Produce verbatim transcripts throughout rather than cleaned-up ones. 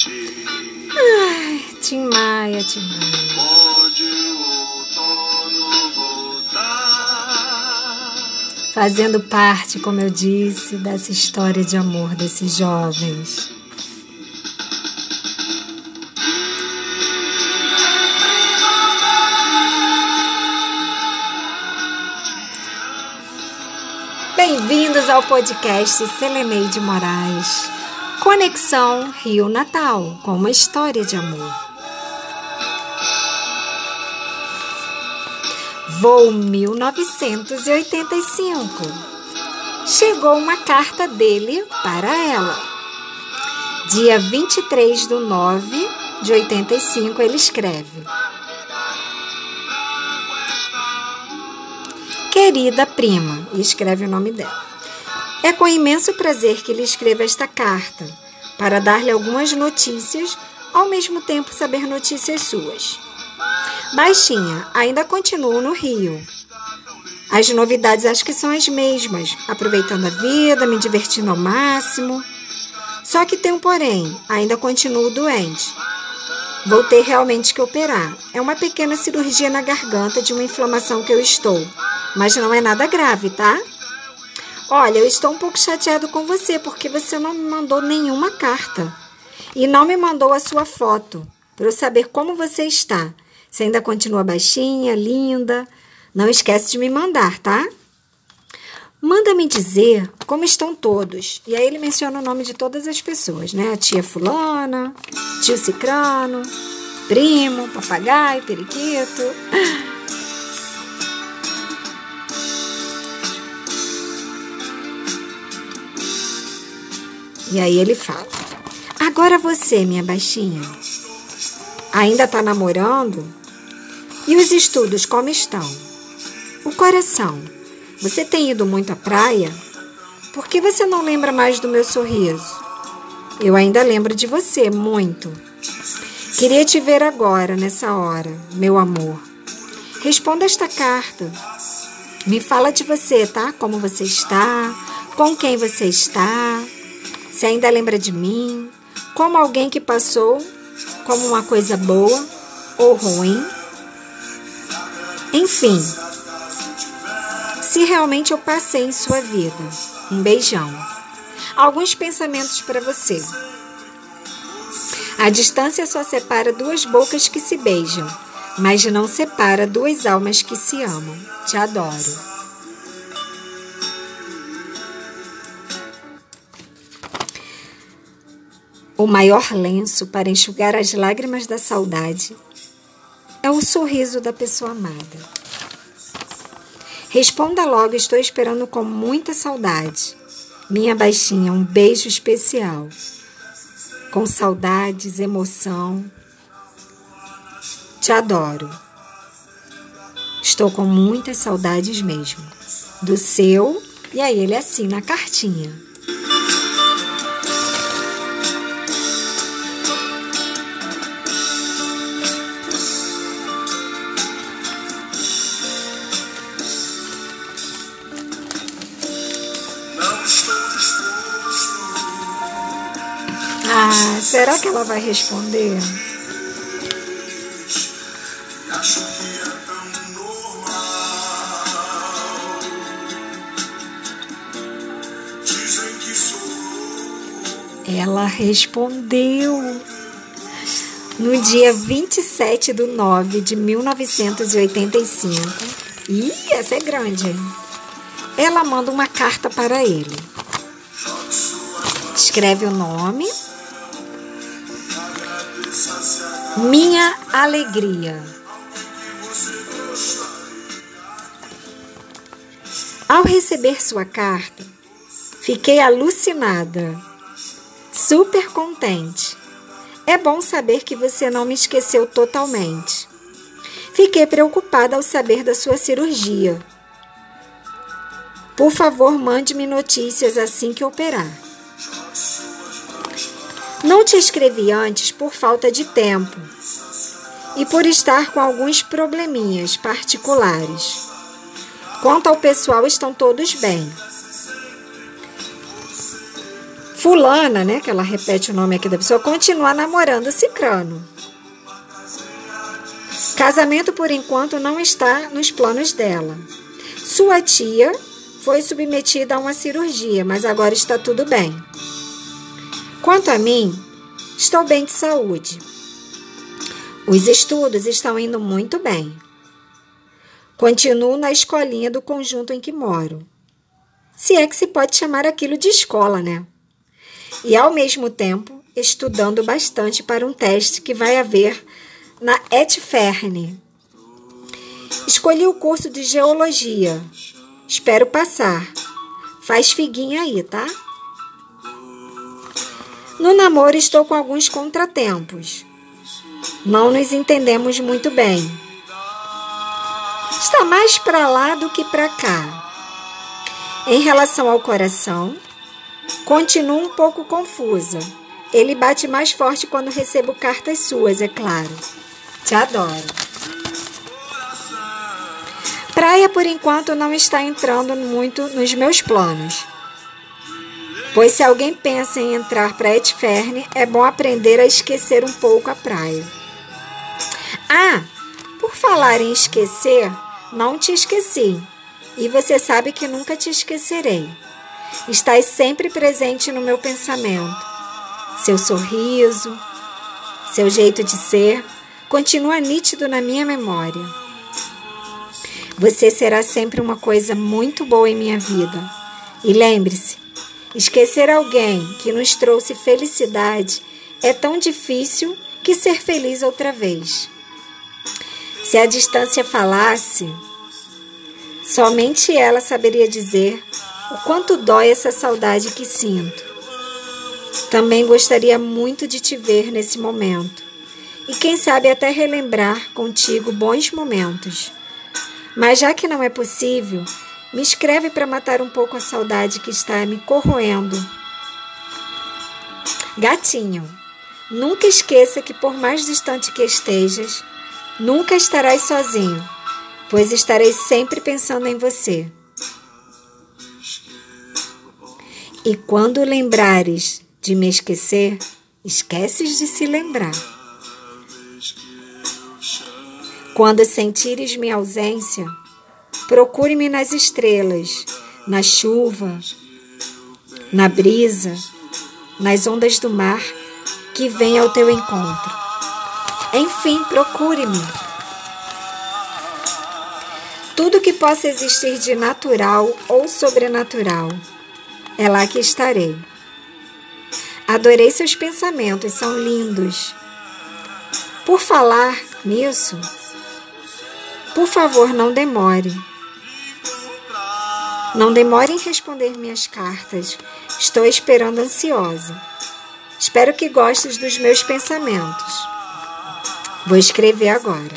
Ai, Tim Maia, Tim Maia. Pode o outono voltar. Fazendo parte, como eu disse, dessa história de amor desses jovens. Bem-vindos ao podcast Seleneide Moraes, Conexão Rio Natal, com uma história de amor. Voo mil novecentos e oitenta e cinco. Chegou uma carta dele para ela. Dia vinte e três de nove de oitenta e cinco, ele escreve: Querida prima, e escreve o nome dela. É com imenso prazer que lhe escrevo esta carta, para dar-lhe algumas notícias, ao mesmo tempo saber notícias suas. Baixinha, ainda continuo no Rio. As novidades acho que são as mesmas, aproveitando a vida, me divertindo ao máximo. Só que tem um porém, ainda continuo doente. Vou ter realmente que operar. É uma pequena cirurgia na garganta de uma inflamação que eu estou. Mas não é nada grave, tá? Olha, eu estou um pouco chateado com você, porque você não me mandou nenhuma carta. E não me mandou a sua foto, para eu saber como você está. Você ainda continua baixinha, linda. Não esquece de me mandar, tá? Manda me dizer como estão todos. E aí ele menciona o nome de todas as pessoas, né? A tia fulana, tio cicrano, primo, papagaio, periquito. E aí ele fala: agora você, minha baixinha, ainda tá namorando? E os estudos como estão? O coração, você tem ido muito à praia? Por que você não lembra mais do meu sorriso? Eu ainda lembro de você, muito. Queria te ver agora, nessa hora, meu amor. Responda esta carta. Me fala de você, tá? Como você está, com quem você está. Se ainda lembra de mim, como alguém que passou, como uma coisa boa ou ruim. Enfim, se realmente eu passei em sua vida. Um beijão. Alguns pensamentos para você. A distância só separa duas bocas que se beijam, mas não separa duas almas que se amam. Te adoro. O maior lenço para enxugar as lágrimas da saudade é o sorriso da pessoa amada. Responda logo, estou esperando com muita saudade. Minha baixinha, um beijo especial. Com saudades, emoção. Te adoro. Estou com muitas saudades mesmo. Do seu, e aí ele assina a cartinha. Ah, será que ela vai responder? Ela respondeu no dia vinte e sete de nove de mil novecentos e oitenta e cinco. Ih, essa é grande, hein? Ela manda uma carta para ele. Escreve o nome. Minha alegria. Ao receber sua carta, fiquei alucinada, super contente. É bom saber que você não me esqueceu totalmente. Fiquei preocupada ao saber da sua cirurgia. Por favor, mande-me notícias assim que operar. Não te escrevi antes por falta de tempo e por estar com alguns probleminhas particulares. Quanto ao pessoal, estão todos bem. fulana, né, que ela repete o nome aqui da pessoa, continua namorando Cicrano. Casamento, por enquanto, não está nos planos dela. Sua tia foi submetida a uma cirurgia, mas agora está tudo bem. Quanto a mim, estou bem de saúde. Os estudos estão indo muito bem. Continuo na escolinha do conjunto em que moro. Se é que se pode chamar aquilo de escola, né? E, ao mesmo tempo, estudando bastante para um teste que vai haver na Etferne. Escolhi o curso de Geologia. Espero passar. Faz figuinha aí, tá? No namoro estou com alguns contratempos. Não nos entendemos muito bem. Está mais para lá do que para cá. Em relação ao coração, continuo um pouco confusa. Ele bate mais forte quando recebo cartas suas, é claro. Te adoro. Praia, por enquanto, não está entrando muito nos meus planos. Pois se alguém pensa em entrar para Etferne, é bom aprender a esquecer um pouco a praia. Ah, por falar em esquecer, não te esqueci. E você sabe que nunca te esquecerei. Estás sempre presente no meu pensamento. Seu sorriso, seu jeito de ser, continua nítido na minha memória. Você será sempre uma coisa muito boa em minha vida. E lembre-se, esquecer alguém que nos trouxe felicidade é tão difícil que ser feliz outra vez. Se a distância falasse, somente ela saberia dizer o quanto dói essa saudade que sinto. Também gostaria muito de te ver nesse momento. E quem sabe até relembrar contigo bons momentos. Mas já que não é possível, me escreve para matar um pouco a saudade que está me corroendo. Gatinho, nunca esqueça que por mais distante que estejas, nunca estarás sozinho, pois estarei sempre pensando em você. E quando lembrares de me esquecer, esqueces de se lembrar. Quando sentires minha ausência, procure-me nas estrelas, na chuva, na brisa, nas ondas do mar que vêm ao teu encontro. Enfim, procure-me. Tudo que possa existir de natural ou sobrenatural, é lá que estarei. Adorei seus pensamentos, são lindos. Por falar nisso, por favor, não demore. Não demore em responder minhas cartas. Estou esperando ansiosa. Espero que gostes dos meus pensamentos. Vou escrever agora.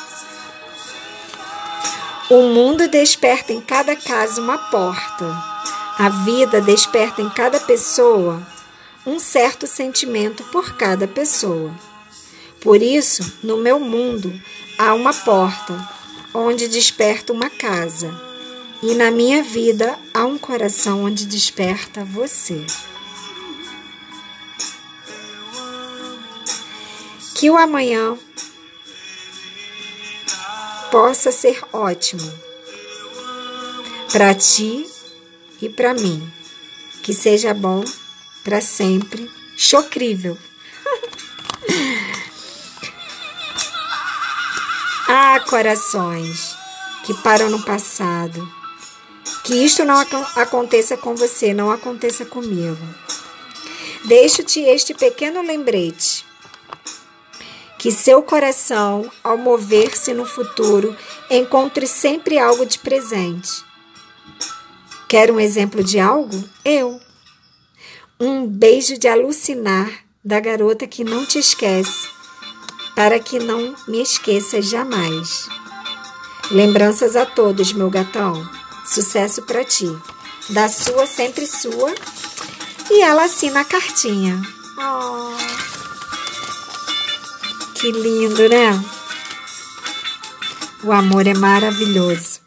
O mundo desperta em cada casa uma porta. A vida desperta em cada pessoa um certo sentimento por cada pessoa. Por isso, no meu mundo, há uma porta onde desperta uma casa. E na minha vida, há um coração onde desperta você. Que o amanhã possa ser ótimo para ti e para mim. Que seja bom para sempre. Chocrível. Ah, corações que param no passado. Que isto não ac- aconteça com você, não aconteça comigo. Deixo-te este pequeno lembrete. Que seu coração, ao mover-se no futuro, encontre sempre algo de presente. Quer um exemplo de algo? Eu. Um beijo de alucinar da garota que não te esquece, para que não me esqueças jamais. Lembranças a todos, meu gatão. Sucesso para ti. Da sua, sempre sua. E ela assina a cartinha. Oh, que lindo, né? O amor é maravilhoso.